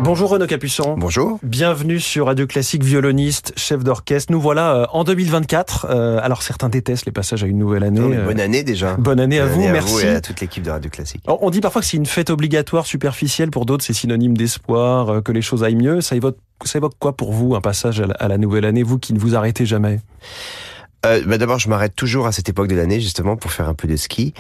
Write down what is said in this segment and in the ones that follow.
Bonjour Renaud Capuçon. Bonjour. Bienvenue sur Radio Classique, violoniste, chef d'orchestre. Nous voilà en 2024. Alors certains détestent les passages à une nouvelle année. Non, mais bonne année déjà. Bonne année à vous, merci. Vous et à toute l'équipe de Radio Classique. On dit parfois que c'est une fête obligatoire, superficielle. Pour d'autres, c'est synonyme d'espoir, que les choses aillent mieux. Ça évoque quoi pour vous, un passage à la nouvelle année, vous qui ne vous arrêtez jamais? D'abord, je m'arrête toujours à cette époque de l'année, justement, pour faire un peu de ski.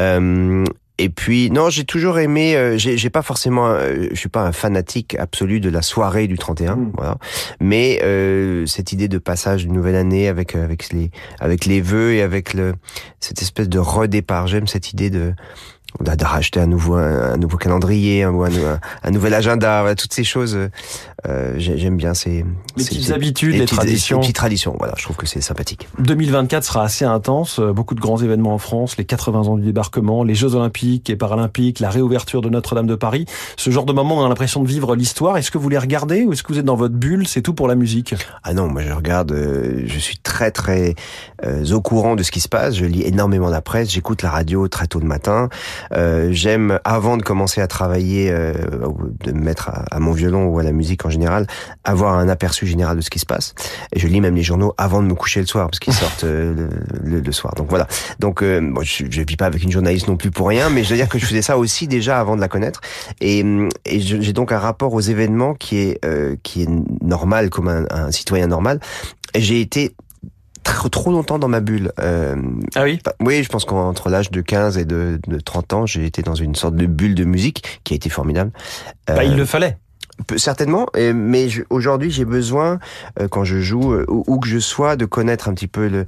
Et puis, non, j'ai toujours aimé, j'ai pas forcément, je suis pas un fanatique absolu de la soirée du 31, voilà. Mais, cette idée de passage d'une nouvelle année avec les vœux et avec cette espèce de redépart, j'aime cette idée de racheter un nouveau calendrier, un nouvel agenda, voilà, toutes ces choses, j'aime bien ces petites habitudes, les traditions. Les petites traditions, voilà, je trouve que c'est sympathique. 2024 sera assez intense, beaucoup de grands événements en France, les 80 ans du débarquement, les Jeux Olympiques et Paralympiques, la réouverture de Notre-Dame de Paris. Ce genre de moment, on a l'impression de vivre l'histoire. Est-ce que vous les regardez ou est-ce que vous êtes dans votre bulle? C'est tout pour la musique? Ah non, moi je regarde, je suis très très au courant de ce qui se passe, je lis énormément la presse, j'écoute la radio très tôt le matin. J'aime, avant de commencer à travailler, de me mettre à mon violon ou à la musique en général, avoir un aperçu général de ce qui se passe. Et je lis même les journaux avant de me coucher le soir, parce qu'ils sortent le soir. Donc voilà. Donc bon, je vis pas avec une journaliste non plus pour rien, mais je veux dire que je faisais ça aussi déjà avant de la connaître. Et j'ai donc un rapport aux événements qui est normal, comme un citoyen normal. Et j'ai été trop longtemps dans ma bulle. Ah oui? Oui, je pense qu'entre l'âge de 15 et de 30 ans, j'ai été dans une sorte de bulle de musique qui a été formidable. Il le fallait. Certainement, mais aujourd'hui j'ai besoin, quand je joue, où que je sois, de connaître un petit peu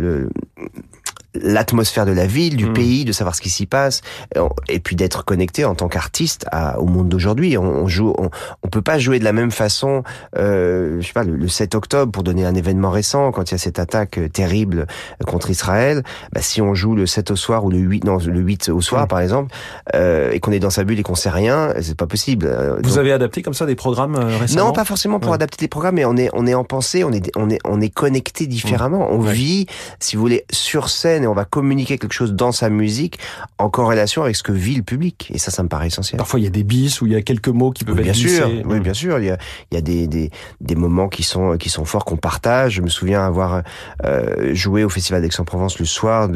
l'atmosphère de la ville, du pays, de savoir ce qui s'y passe, et puis d'être connecté en tant qu'artiste au monde d'aujourd'hui. On peut pas jouer de la même façon, je sais pas, le 7 octobre pour donner un événement récent, quand il y a cette attaque terrible contre Israël. Si on joue le 7 au soir ou le 8 au soir par exemple, et qu'on est dans sa bulle et qu'on sait rien, c'est pas possible. Vous avez adapté comme ça des programmes récemment? Non, pas forcément pour adapter des programmes, mais on est en pensée, on est connecté différemment. On vit, si vous voulez, sur scène, et on va communiquer quelque chose dans sa musique en corrélation avec ce que vit le public. Et ça me paraît essentiel. Parfois, il y a des bis où il y a quelques mots qui peuvent être glissés. Oui, bien sûr. Il y a des moments qui sont forts, qu'on partage. Je me souviens avoir joué au Festival d'Aix-en-Provence le soir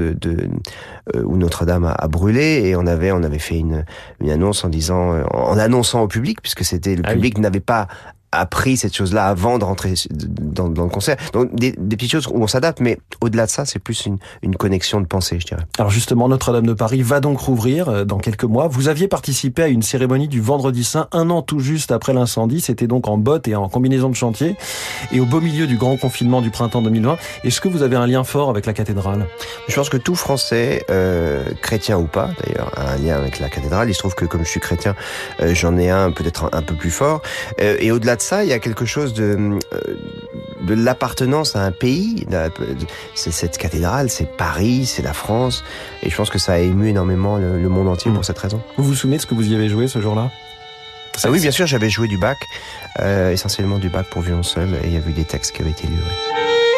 où Notre-Dame a brûlé, et on avait fait une annonce en annonçant au public, puisque c'était le public n'avait pas appris cette chose-là avant de rentrer dans le concert. Donc des petites choses où on s'adapte, mais au-delà de ça, c'est plus une connexion de pensée, je dirais. Alors justement, Notre-Dame de Paris va donc rouvrir dans quelques mois. Vous aviez participé à une cérémonie du Vendredi Saint, un an tout juste après l'incendie. C'était donc en bottes et en combinaison de chantier, et au beau milieu du grand confinement du printemps 2020. Est-ce que vous avez un lien fort avec la cathédrale? Je pense que tout Français, chrétien ou pas d'ailleurs, a un lien avec la cathédrale. Il se trouve que comme je suis chrétien, j'en ai un peut-être un peu plus fort. Et au-delà de ça, il y a quelque chose de l'appartenance à un pays. C'est cette cathédrale, c'est Paris, c'est la France, et je pense que ça a ému énormément le monde entier pour cette raison. Vous vous souvenez de ce que vous y avez joué ce jour-là? Oui, bien sûr, j'avais joué du Bach, essentiellement du Bach pour violon seul, et il y avait eu des textes qui avaient été lus. Ouais.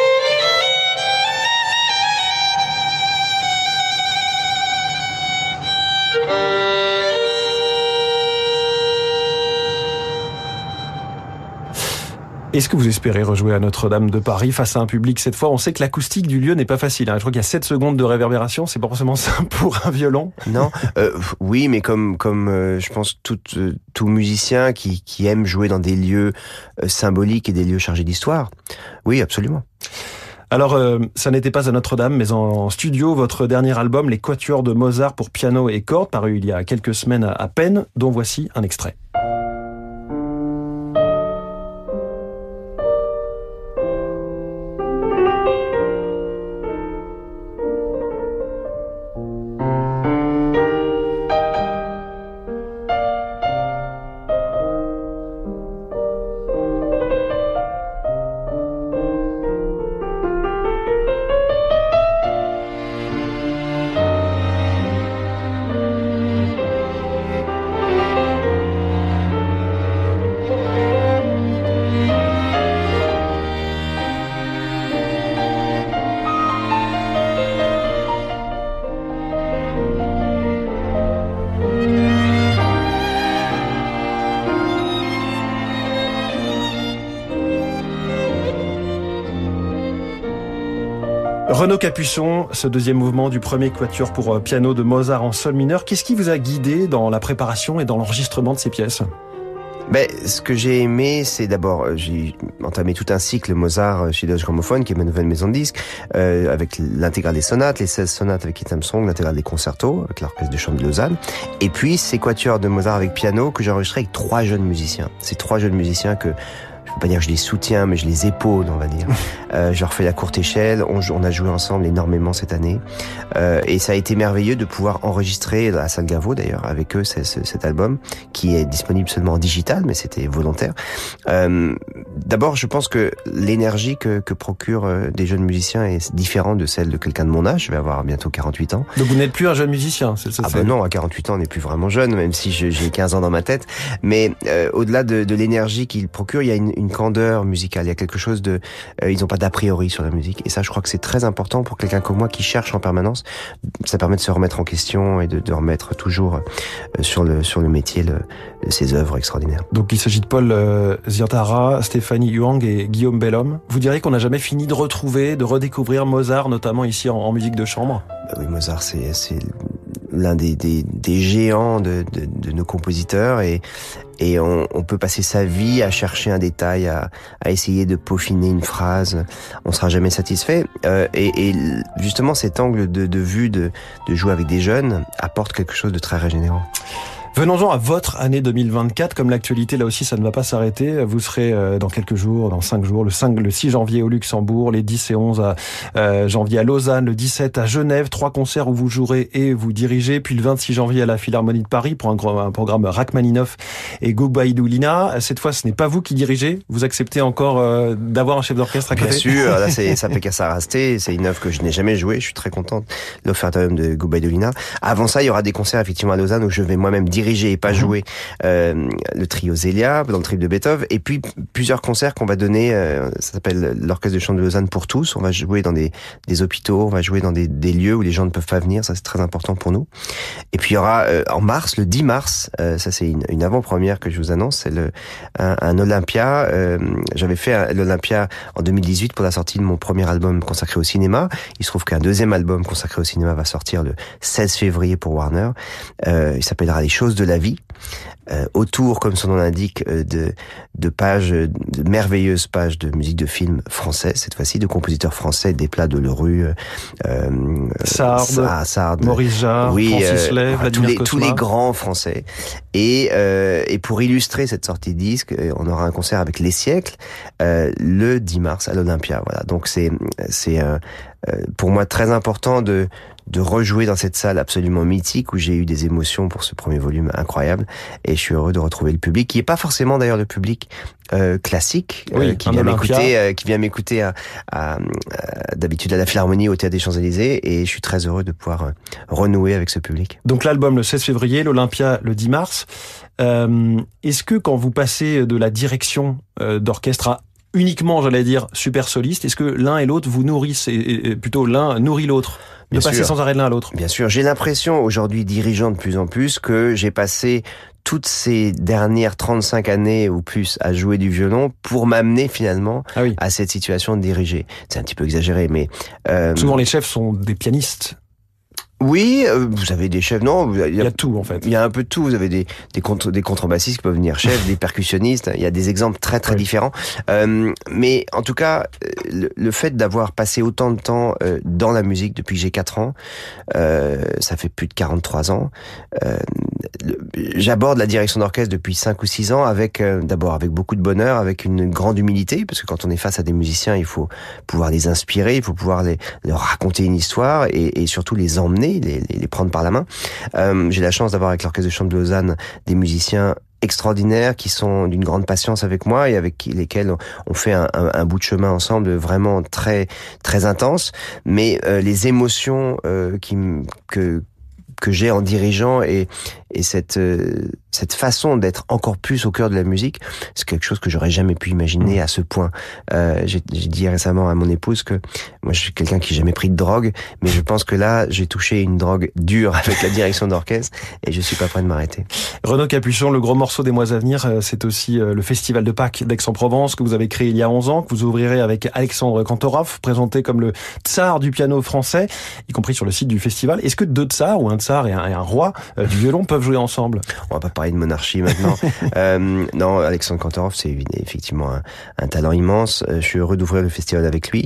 Est-ce que vous espérez rejouer à Notre-Dame de Paris face à un public cette fois? On sait que l'acoustique du lieu n'est pas facile. Je crois qu'il y a 7 secondes de réverbération. C'est pas forcément simple pour un violon. Non, oui, mais comme je pense tout musicien qui aime jouer dans des lieux symboliques et des lieux chargés d'histoire. Oui, absolument. Alors, ça n'était pas à Notre-Dame, mais en studio, votre dernier album, Les Quatuors de Mozart pour piano et cordes, paru il y a quelques semaines à peine, dont voici un extrait. Renaud Capuçon, ce deuxième mouvement du premier quatuor pour piano de Mozart en sol mineur, qu'est-ce qui vous a guidé dans la préparation et dans l'enregistrement de ces pièces ? Ce que j'ai aimé, c'est d'abord, j'ai entamé tout un cycle Mozart chez Deutsche Grammophon, qui est ma nouvelle maison de disques, avec l'intégrale des sonates, les 16 sonates avec Keith Armstrong, l'intégrale des concertos, avec l'orchestre de chambre de Lausanne, et puis ces quatuors de Mozart avec piano que j'ai enregistrés avec 3 jeunes musiciens. Ces 3 jeunes musiciens que je peux pas dire que je les soutiens, mais je les épaule, on va dire. Je leur fais la courte échelle. On a joué ensemble énormément cette année. Et ça a été merveilleux de pouvoir enregistrer à Salle Gaveau, d'ailleurs, avec eux, cet album, qui est disponible seulement en digital, mais c'était volontaire. D'abord, je pense que l'énergie que procurent des jeunes musiciens est différente de celle de quelqu'un de mon âge. Je vais avoir bientôt 48 ans. Donc vous n'êtes plus un jeune musicien, c'est ça? Non, à 48 ans, on n'est plus vraiment jeune, même si j'ai 15 ans dans ma tête. Mais au-delà de l'énergie qu'ils procurent, il y a une candeur musicale. Il y a quelque chose de... ils n'ont pas d'a priori sur la musique. Et ça, je crois que c'est très important pour quelqu'un comme moi qui cherche en permanence. Ça permet de se remettre en question et de remettre toujours sur le métier ses œuvres extraordinaires. Donc il s'agit de Paul Zientara, Stéphanie Huang et Guillaume Bellhomme. Vous diriez qu'on n'a jamais fini de retrouver, de redécouvrir Mozart, notamment ici en musique de chambre? Oui, Mozart, c'est l'un des géants de nos compositeurs et on peut passer sa vie à chercher un détail, à essayer de peaufiner une phrase. On sera jamais satisfait. Et justement, cet angle de vue de jouer avec des jeunes apporte quelque chose de très régénérant. Venons-en à votre année 2024. Comme l'actualité, là aussi, ça ne va pas s'arrêter. Vous serez dans quelques jours, dans 5 jours, le 6 janvier au Luxembourg, les 10 et 11 janvier à Lausanne, le 17 à Genève. 3 concerts où vous jouerez et vous dirigez. Puis le 26 janvier à la Philharmonie de Paris pour un programme Rachmaninoff et Goubaïdoulina. Cette fois, ce n'est pas vous qui dirigez. Vous acceptez encore d'avoir un chef d'orchestre à côté? Bien sûr. Là, ça fait qu'à s'arrêter. C'est une œuvre que je n'ai jamais jouée. Je suis très content. L'Offertorium de Goubaïdoulina. Avant ça, il y aura des concerts effectivement à Lausanne où je vais moi-même diriger et pas jouer le trio Zélia dans le trio de Beethoven, et puis plusieurs concerts qu'on va donner, ça s'appelle l'Orchestre de chambre de Lausanne pour tous. On va jouer dans des hôpitaux, on va jouer dans des lieux où les gens ne peuvent pas venir, ça c'est très important pour nous. Et puis il y aura en mars, le 10 mars, ça c'est une avant-première que je vous annonce, c'est un Olympia. J'avais fait l'Olympia en 2018 pour la sortie de mon premier album consacré au cinéma. Il se trouve qu'un deuxième album consacré au cinéma va sortir le 16 février pour Warner. Il s'appellera Les choses de la vie. Autour, comme son nom l'indique, de pages, de merveilleuses pages de musique de film français, cette fois-ci, de compositeurs français, des plats de Leroux, Sard, Maurice Jarre, oui, Francis Lay, Vladimir Cosma. Tous les grands français. Et pour illustrer cette sortie de disque, on aura un concert avec Les Siècles, le 10 mars à l'Olympia. Voilà. Donc c'est pour moi très important de rejouer dans cette salle absolument mythique où j'ai eu des émotions pour ce premier volume incroyable, et je suis heureux de retrouver le public qui est pas forcément d'ailleurs le public classique, qui vient m'écouter d'habitude à la Philharmonie, au Théâtre des Champs-Élysées, et je suis très heureux de pouvoir renouer avec ce public. Donc l'album le 16 février, l'Olympia le 10 mars. Est-ce que quand vous passez de la direction d'orchestre à uniquement, j'allais dire, super soliste, est-ce que l'un et l'autre vous nourrissent, et plutôt l'un nourrit l'autre, de passer sans arrêt de l'un à l'autre? Bien sûr, j'ai l'impression aujourd'hui, dirigeant de plus en plus, que j'ai passé toutes ces dernières 35 années ou plus à jouer du violon pour m'amener finalement à cette situation de diriger. C'est un petit peu exagéré, mais... Souvent les chefs sont des pianistes. Oui, vous avez des chefs, non, il y a tout en fait. Il y a un peu de tout. Vous avez des contrebassistes qui peuvent venir chefs, des percussionnistes. Il y a des exemples très différents. Mais en tout cas, le fait d'avoir passé autant de temps dans la musique depuis que j'ai 4 ans, ça fait plus de 43 ans. J'aborde la direction d'orchestre depuis 5 ou 6 ans d'abord avec beaucoup de bonheur, avec une grande humilité, parce que quand on est face à des musiciens, il faut pouvoir les inspirer, il faut pouvoir leur raconter une histoire et surtout les emmener, les prendre par la main. J'ai la chance d'avoir avec l'Orchestre de chambre de Lausanne des musiciens extraordinaires qui sont d'une grande patience avec moi et avec lesquels on fait un bout de chemin ensemble vraiment très très intense. Mais les émotions que j'ai en dirigeant et et cette façon d'être encore plus au cœur de la musique, c'est quelque chose que j'aurais jamais pu imaginer à ce point. J'ai dit récemment à mon épouse que moi je suis quelqu'un qui n'a jamais pris de drogue, mais je pense que là j'ai touché une drogue dure avec la direction d'orchestre et je suis pas prêt de m'arrêter. Renaud Capuçon, le gros morceau des mois à venir, c'est aussi le Festival de Pâques d'Aix-en-Provence que vous avez créé il y a 11 ans, que vous ouvrirez avec Alexandre Kantorov, présenté comme le tsar du piano français, y compris sur le site du festival. Est-ce que deux tsars ou un tsar et un roi du violon peuvent jouer ensemble? On va pas parler de monarchie maintenant. Non, Alexandre Kantorov, c'est effectivement un talent immense. Je suis heureux d'ouvrir le festival avec lui.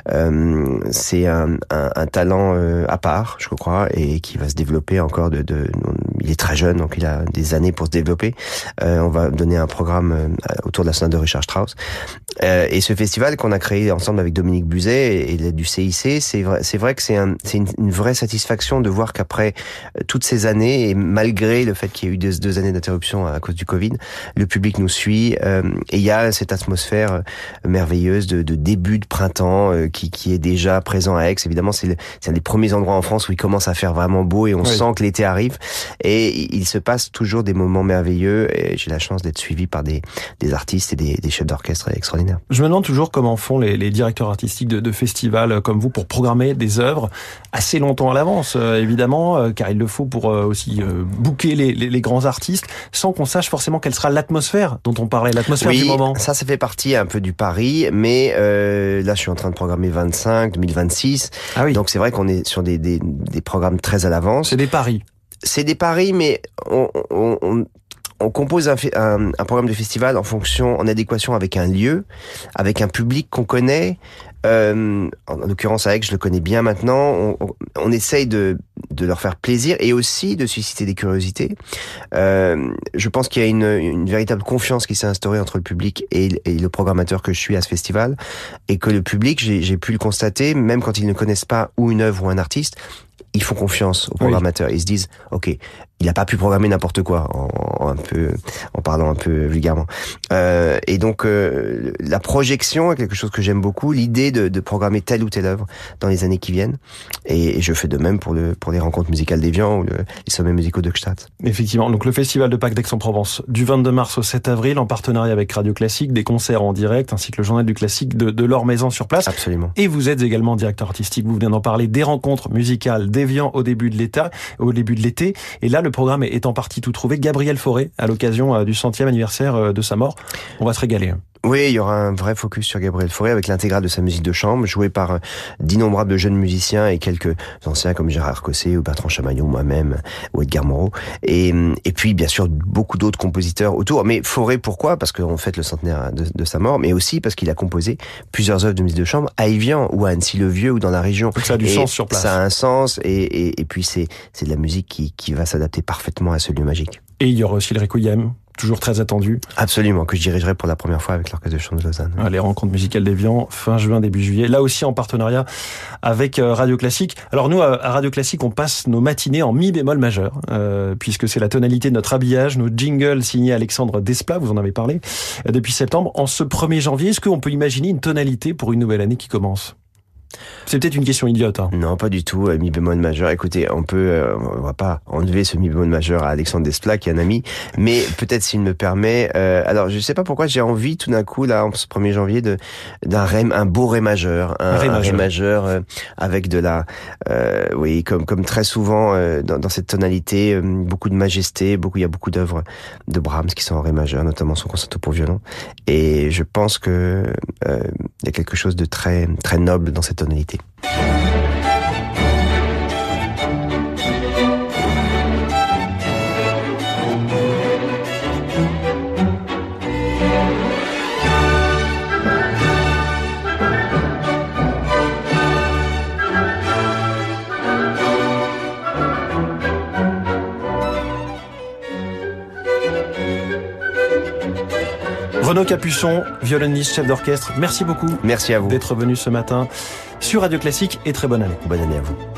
C'est un talent à part, je crois, et qui va se développer encore. Il est très jeune, donc il a des années pour se développer. On va donner un programme autour de la sonate de Richard Strauss. Et ce festival qu'on a créé ensemble avec Dominique Buzet et l'aide du CIC, c'est vrai que c'est une vraie satisfaction de voir qu'après toutes ces années, et malgré le fait qu'il y ait eu 2 années d'interruption à cause du Covid, le public nous suit, et il y a cette atmosphère merveilleuse de début de printemps qui est déjà présent à Aix. Évidemment, c'est un des premiers endroits en France où il commence à faire vraiment beau et on sent que l'été arrive. Et il se passe toujours des moments merveilleux et j'ai la chance d'être suivi par des artistes et des chefs d'orchestre extraordinaires. Je me demande toujours comment font les directeurs artistiques de festivals comme vous pour programmer des œuvres assez longtemps à l'avance, évidemment, car il le faut pour aussi booker les grands artistes, sans qu'on sache forcément quelle sera l'atmosphère dont on parlait, l'atmosphère du moment. Ça fait partie un peu du pari, mais là je suis en train de programmer 25, 2026, donc c'est vrai qu'on est sur des programmes très à l'avance. C'est des paris. C'est des paris, mais on compose un programme de festival en adéquation avec un lieu, avec un public qu'on connaît. En l'occurrence à Aix, je le connais bien maintenant. On essaye de leur faire plaisir et aussi de susciter des curiosités. Je pense qu'il y a une véritable confiance qui s'est instaurée entre le public et le programmateur que je suis à ce festival, et que le public, j'ai pu le constater, même quand ils ne connaissent pas ou une œuvre ou un artiste, ils font confiance au programmateur. Ils se disent, ok, il a pas pu programmer n'importe quoi, en parlant un peu vulgairement. Et donc la projection est quelque chose que j'aime beaucoup, l'idée de programmer telle ou telle œuvre dans les années qui viennent. Et je fais de même pour les rencontres musicales d'Évian ou les sommets musicaux de Gstaad. Effectivement. Donc le Festival de Pâques d'Aix-en-Provence, du 22 mars au 7 avril, en partenariat avec Radio Classique, des concerts en direct, ainsi que le journal du classique de Laure Maison sur place. Absolument. Et vous êtes également directeur artistique, vous venez d'en parler, des rencontres musicales d'Évian au début de l'été. Et là, le programme est en partie tout trouvé. Gabriel Fauré, à l'occasion du 100e anniversaire de sa mort. On va se régaler. Oui, il y aura un vrai focus sur Gabriel Fauré avec l'intégrale de sa musique de chambre, jouée par d'innombrables jeunes musiciens et quelques anciens comme Gérard Cosset ou Bertrand Chamaillon, moi-même, ou Edgar Moreau. Et puis, bien sûr, beaucoup d'autres compositeurs autour. Mais Fauré, pourquoi? Parce qu'on fête le centenaire de sa mort, mais aussi parce qu'il a composé plusieurs œuvres de musique de chambre à Évian ou à Annecy-le-Vieux ou dans la région. Donc ça a du sens sur place. Ça a un sens et puis c'est de la musique qui va s'adapter parfaitement à ce lieu magique. Et il y aura aussi le Requiem, toujours très attendu. Absolument, que je dirigerai pour la première fois avec l'Orchestre de Chant de Lausanne. Les rencontres musicales d'Évian, fin juin, début juillet. Là aussi en partenariat avec Radio Classique. Alors nous, à Radio Classique, on passe nos matinées en mi bémol majeur, puisque c'est la tonalité de notre habillage, nos jingles signés Alexandre Desplat, vous en avez parlé, depuis septembre. En ce 1er janvier, est-ce qu'on peut imaginer une tonalité pour une nouvelle année qui commence ? C'est peut-être une question idiote. Non, pas du tout. Mi bémol majeur. Écoutez, on va pas enlever ce mi bémol majeur à Alexandre Desplat, qui est un ami, mais peut-être s'il me permet. Alors, je sais pas pourquoi j'ai envie tout d'un coup là, en ce 1er janvier, un beau ré majeur, un ré majeur avec de la, comme très souvent dans cette tonalité, beaucoup de majesté. Il y a beaucoup d'œuvres de Brahms qui sont en ré majeur, notamment son concerto pour violon. Et je pense que il y a quelque chose de très très noble dans cette tonalité. Renaud Capuçon, violoniste, chef d'orchestre, merci beaucoup. Merci à vous d'être venu ce matin sur Radio Classique et très bonne année. Bonne année à vous.